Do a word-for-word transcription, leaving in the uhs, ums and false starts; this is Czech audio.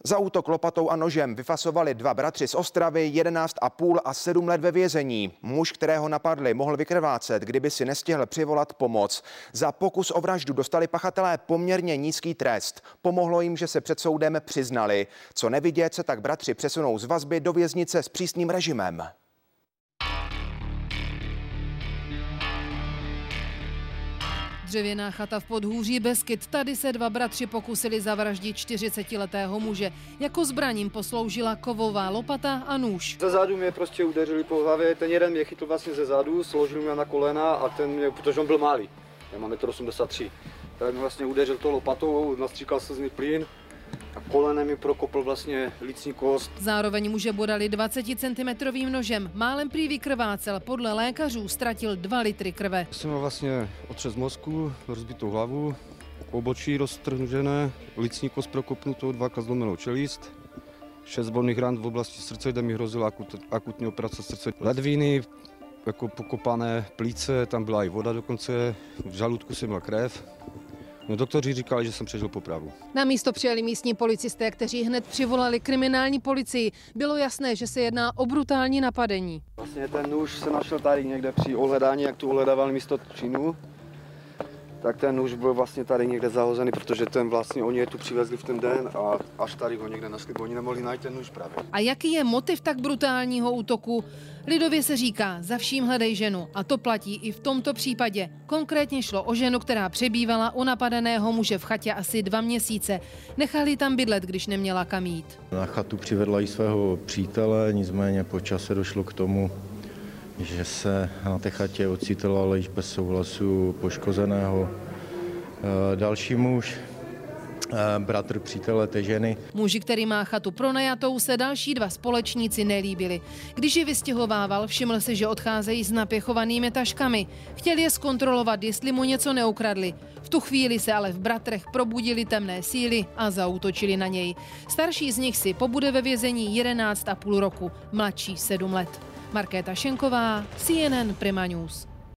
Za útok lopatou a nožem vyfasovali dva bratři z Ostravy, jedenáct a půl a sedm let ve vězení. Muž, kterého napadli, mohl vykrvácet, kdyby si nestihl přivolat pomoc. Za pokus o vraždu dostali pachatelé poměrně nízký trest. Pomohlo jim, že se před soudem přiznali. Co nevidět, se tak bratři přesunou z vazby do věznice s přísným režimem. Dřevěná chata v podhůří Beskyd. Tady se dva bratři pokusili zavraždit čtyřicetiletého muže. Jako zbraním posloužila kovová lopata a nůž. Ze zádu mě prostě udeřili po hlavě. Ten jeden mě chytl vlastně ze zádu, složil mě na kolena a ten mě, protože on byl malý, já mám metr osmdesát tři, tak mě vlastně udeřil to lopatou, nastříkal slzný plyn a kolenem mi prokopl vlastně lícní kost. Zároveň muže bodali dvaceticentimetrovým nožem. Málem prý vykrvácel, podle lékařů ztratil dva litry krve. Jsem měl vlastně otřes mozku, rozbitou hlavu, obočí roztržené, lícní kost prokopnutou, dvakrát zlomenou čelist, šest bolných ran v oblasti srdce, kde mi hrozila akut, akutní operace srdce. Ledviny, jako pokopané plíce, tam byla i voda dokonce, v žaludku jsem měl krev. No, doktoři říkali, že jsem přežil popravu. Na místo přijeli místní policisté, kteří hned přivolali kriminální policii. Bylo jasné, že se jedná o brutální napadení. Vlastně ten nůž se našel tady někde při ohledání, jak tu ohledávali místo činu. Tak ten nůž byl vlastně tady někde zahozený, protože ten vlastně oni je tu přivezli v ten den a až tady ho někde našli, bo oni nemohli najít ten nůž právě. A jaký je motiv tak brutálního útoku? Lidově se říká, za vším hledej ženu. A to platí i v tomto případě. Konkrétně šlo o ženu, která přebývala u napadeného muže v chatě asi dva měsíce. Nechali tam bydlet, když neměla kam jít. Na chatu přivedla i svého přítele, nicméně po čase došlo k tomu, že se na té chatě ocitl, ale již bez souhlasu poškozeného další muž, bratr přítele té ženy. Muži, který má chatu pronajatou, se další dva společníci nelíbili. Když je vystěhovával, všiml si, že odcházejí s napěchovanými taškami. Chtěl je zkontrolovat, jestli mu něco neukradli. V tu chvíli se ale v bratrech probudili temné síly a zaútočili na něj. Starší z nich si pobude ve vězení jedenáct a půl roku, mladší sedm let. Markéta Šenková, C N N Prima News.